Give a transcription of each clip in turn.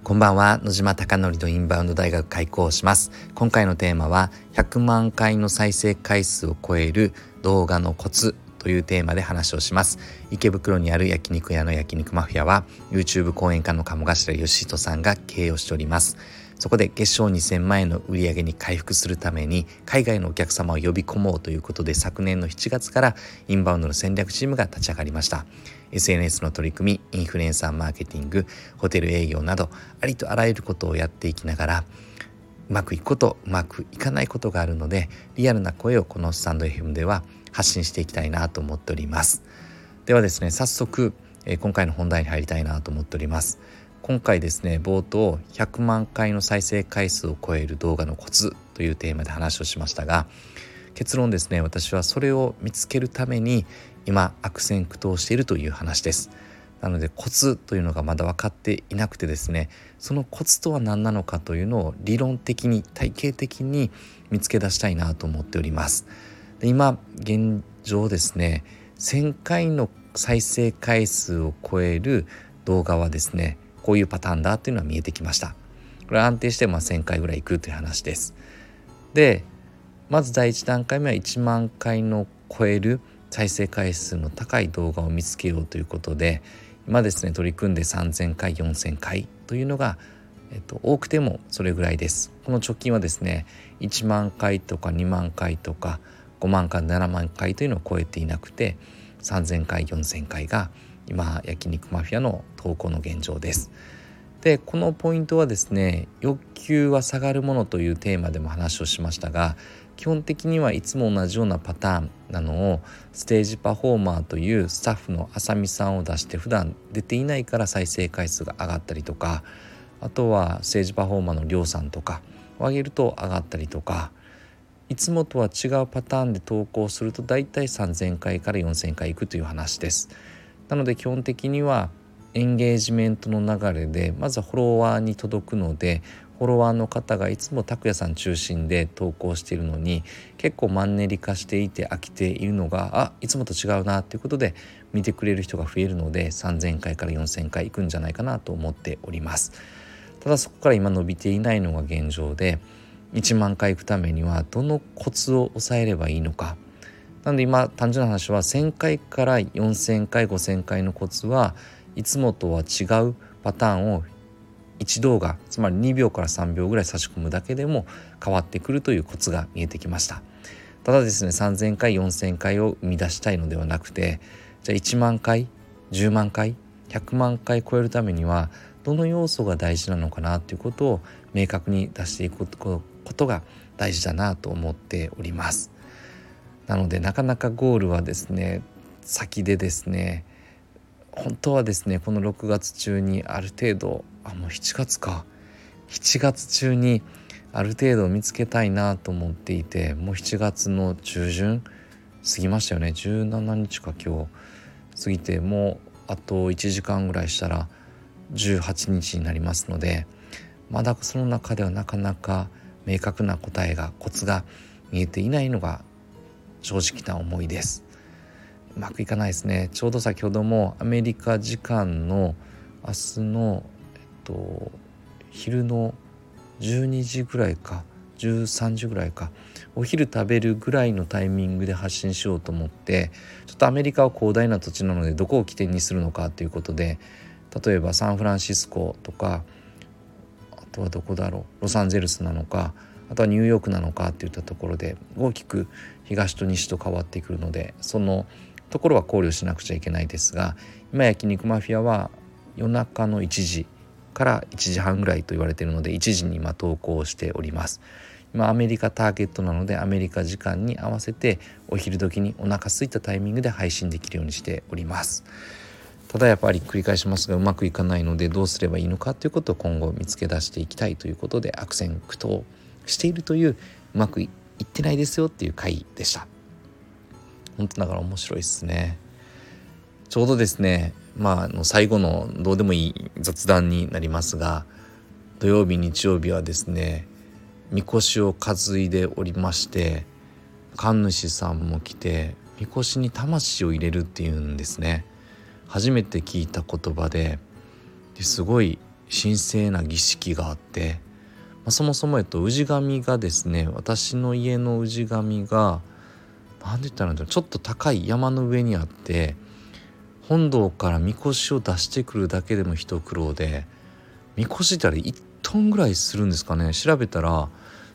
こんばんは。野島貴則のインバウンド大学開講します。今回のテーマは100万回の再生回数を超える動画のコツというテーマで話をします。池袋にある焼肉屋の焼肉マフィアは YouTube 講演家の鴨頭義人さんが経営をしております。そこで月賞2000万円の売上に回復するために海外のお客様を呼び込もうということで、昨年の7月からインバウンドの戦略チームが立ち上がりました。 SNS の取り組み、インフルエンサーマーケティング、ホテル営業などありとあらゆることをやっていきながら、うまくいくこと、うまくいかないことがあるので、リアルな声をこのスタンド FM では発信していきたいなと思っております。ではですね、早速、今回の本題に入りたいなと思っております。今回ですね、冒頭100万回の再生回数を超える動画のコツというテーマで話をしましたが、結論ですね、私はそれを見つけるために今悪戦苦闘しているという話です。なのでコツというのがまだ分かっていなくてですね、そのコツとは何なのかというのを理論的に体系的に見つけ出したいなと思っております。で、今現状ですね、1000回の再生回数を超える動画はですね、こういうパターンだというのは見えてきました。これは安定して1000回ぐらいいくという話です。で、まず第一段階目は1万回の超える再生回数の高い動画を見つけようということで、今ですね取り組んで3000回4000回というのが、多くてもそれぐらいです。この直近はですね1万回とか2万回とか5万回7万回というのを超えていなくて、3000回4000回が今焼肉マフィアの投稿の現状です。で、このポイントはですね、欲求は下がるものというテーマでも話をしましたが、基本的にはいつも同じようなパターンなのをステージパフォーマーというスタッフのあさみさんを出して、普段出ていないから再生回数が上がったりとか、あとはステージパフォーマーのりょうさんとかを上げると上がったりとか、いつもとは違うパターンで投稿するとだいたい3000回から4000回いくという話です。なので基本的にはエンゲージメントの流れで、まずはフォロワーに届くので、フォロワーの方がいつも拓也さん中心で投稿しているのに結構マンネリ化していて飽きているのが、いつもと違うなということで見てくれる人が増えるので、3000回から4000回いくんじゃないかなと思っております。ただそこから今伸びていないのが現状で、1万回いくためにはどのコツを抑えればいいのか。なので今単純な話は1000回から4000回5000回のコツはいつもとは違うパターンを1動画、つまり2秒から3秒ぐらい差し込むだけでも変わってくるというコツが見えてきました。ただですね、3000回4000回を生み出したいのではなくて、じゃあ1万回10万回100万回超えるためにはどの要素が大事なのかなということを明確に出していくことが大事だなと思っております。なのでなかなかゴールはですね先でですね、本当はですねこの6月中にある程度、もう7月中にある程度見つけたいなと思っていて、もう7月の中旬過ぎましたよね。17日か今日過ぎて、もうあと1時間ぐらいしたら18日になりますので、まだその中ではなかなか明確な答えが、コツが見えていないのが正直な思いです。うまくいかないですね。ちょうど先ほどもアメリカ時間の明日の、昼の12時ぐらいか13時ぐらいか、お昼食べるぐらいのタイミングで発信しようと思って、ちょっとアメリカは広大な土地なのでどこを起点にするのかということで、例えばサンフランシスコとか、あとはどこだろう、ロサンゼルスなのか、あとはニューヨークなのかっていったところで大きく東と西と変わってくるので、そのところは考慮しなくちゃいけないですが、今焼肉マフィアは夜中の1時から1時半ぐらいと言われているので、1時に今投稿しております。今アメリカターゲットなので、アメリカ時間に合わせてお昼時にお腹空いたタイミングで配信できるようにしております。ただやっぱり繰り返しますが、うまくいかないのでどうすればいいのかということを今後見つけ出していきたいということで、悪戦苦闘しているという、うまくいってないですよっていう回でした。本当だから面白いですね。ちょうどですね、最後のどうでもいい雑談になりますが、土曜日日曜日はですねみこしを担いでおりまして、神主さんも来てみこしに魂を入れるっていうんですね。初めて聞いた言葉で、すごい神聖な儀式があって、そもそも氏神がですね、私の家の氏神がなんて言ったらいいんだろう、ちょっと高い山の上にあって、本堂からみこしを出してくるだけでも一苦労で、みこしってあれ1トンぐらいするんですかね。調べたら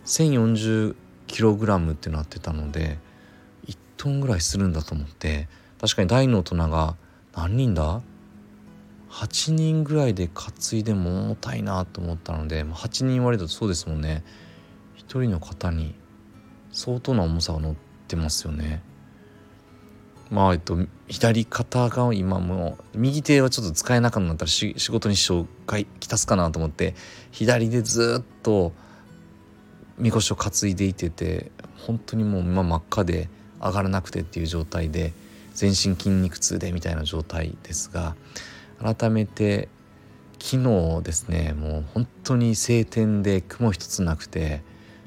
1040kg ってなってたので1トンぐらいするんだと思って、確かに大の大人が何人だ8人ぐらいで担いでも重たいなと思ったので、8人割るとそうですもんね、1人の方に相当な重さが乗ってますよね。左肩が今もう右手はちょっと使えなくなったら仕事に支障がきたすかなと思って、左でずっとみこしを担いでいて、本当にもう今真っ赤で上がらなくてっていう状態で、全身筋肉痛でみたいな状態ですが、改めて昨日ですね、もう本当に晴天で雲一つなくて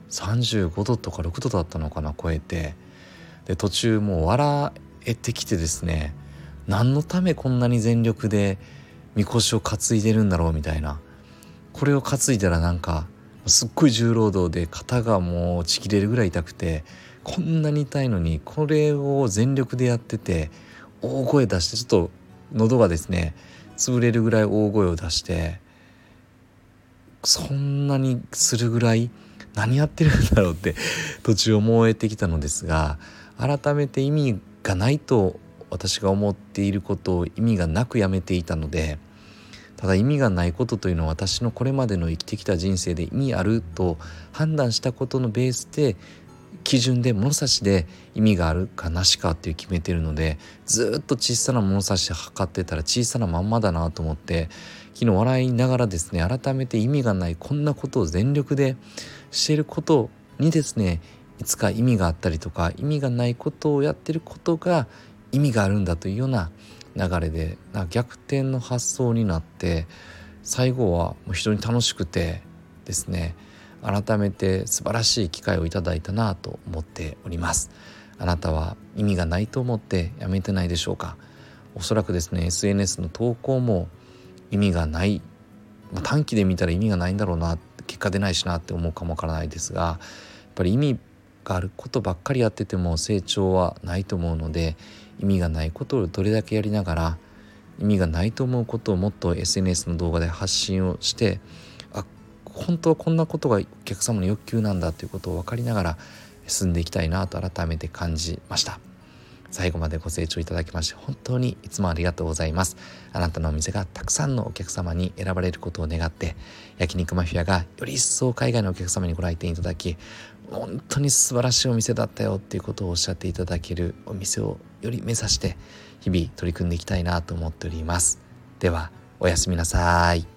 35度とか6度だったのかな、超えて、で途中もう笑えてきてですね、何のためこんなに全力でみこしを担いでるんだろうみたいな、これを担いだらなんかすっごい重労働で肩がもうちぎれるぐらい痛くて、こんなに痛いのにこれを全力でやってて、大声出してちょっと喉がですね潰れるぐらい大声を出して、そんなにするぐらい何やってるんだろうって途中思えてきたのですが、改めて意味がないと私が思っていることを意味がなくやめていたので、ただ意味がないことというのは私のこれまでの生きてきた人生で意味あると判断したことのベースで、基準で物差しで意味があるかなしかっていう決めてるので、ずっと小さな物差しで測ってたら小さなまんまだなと思って、昨日笑いながらですね、改めて意味がないこんなことを全力でしていることにですね、いつか意味があったりとか、意味がないことをやってることが意味があるんだというような流れで、逆転の発想になって、最後はもう非常に楽しくてですね、改めて素晴らしい機会をいただいたなと思っております。あなたは意味がないと思ってやめてないでしょうか。おそらくですね、 SNS の投稿も意味がない、短期で見たら意味がないんだろうな、結果出ないしなって思うかもわからないですが、やっぱり意味があることばっかりやってても成長はないと思うので、意味がないことをどれだけやりながら、意味がないと思うことをもっと SNS の動画で発信をして、本当はこんなことがお客様の欲求なんだということを分かりながら進んでいきたいなと改めて感じました。最後までご清聴いただきまして本当にいつもありがとうございます。あなたのお店がたくさんのお客様に選ばれることを願って、焼肉マフィアがより一層海外のお客様にご来店いただき、本当に素晴らしいお店だったよっていうことをおっしゃっていただけるお店をより目指して日々取り組んでいきたいなと思っております。ではおやすみなさい。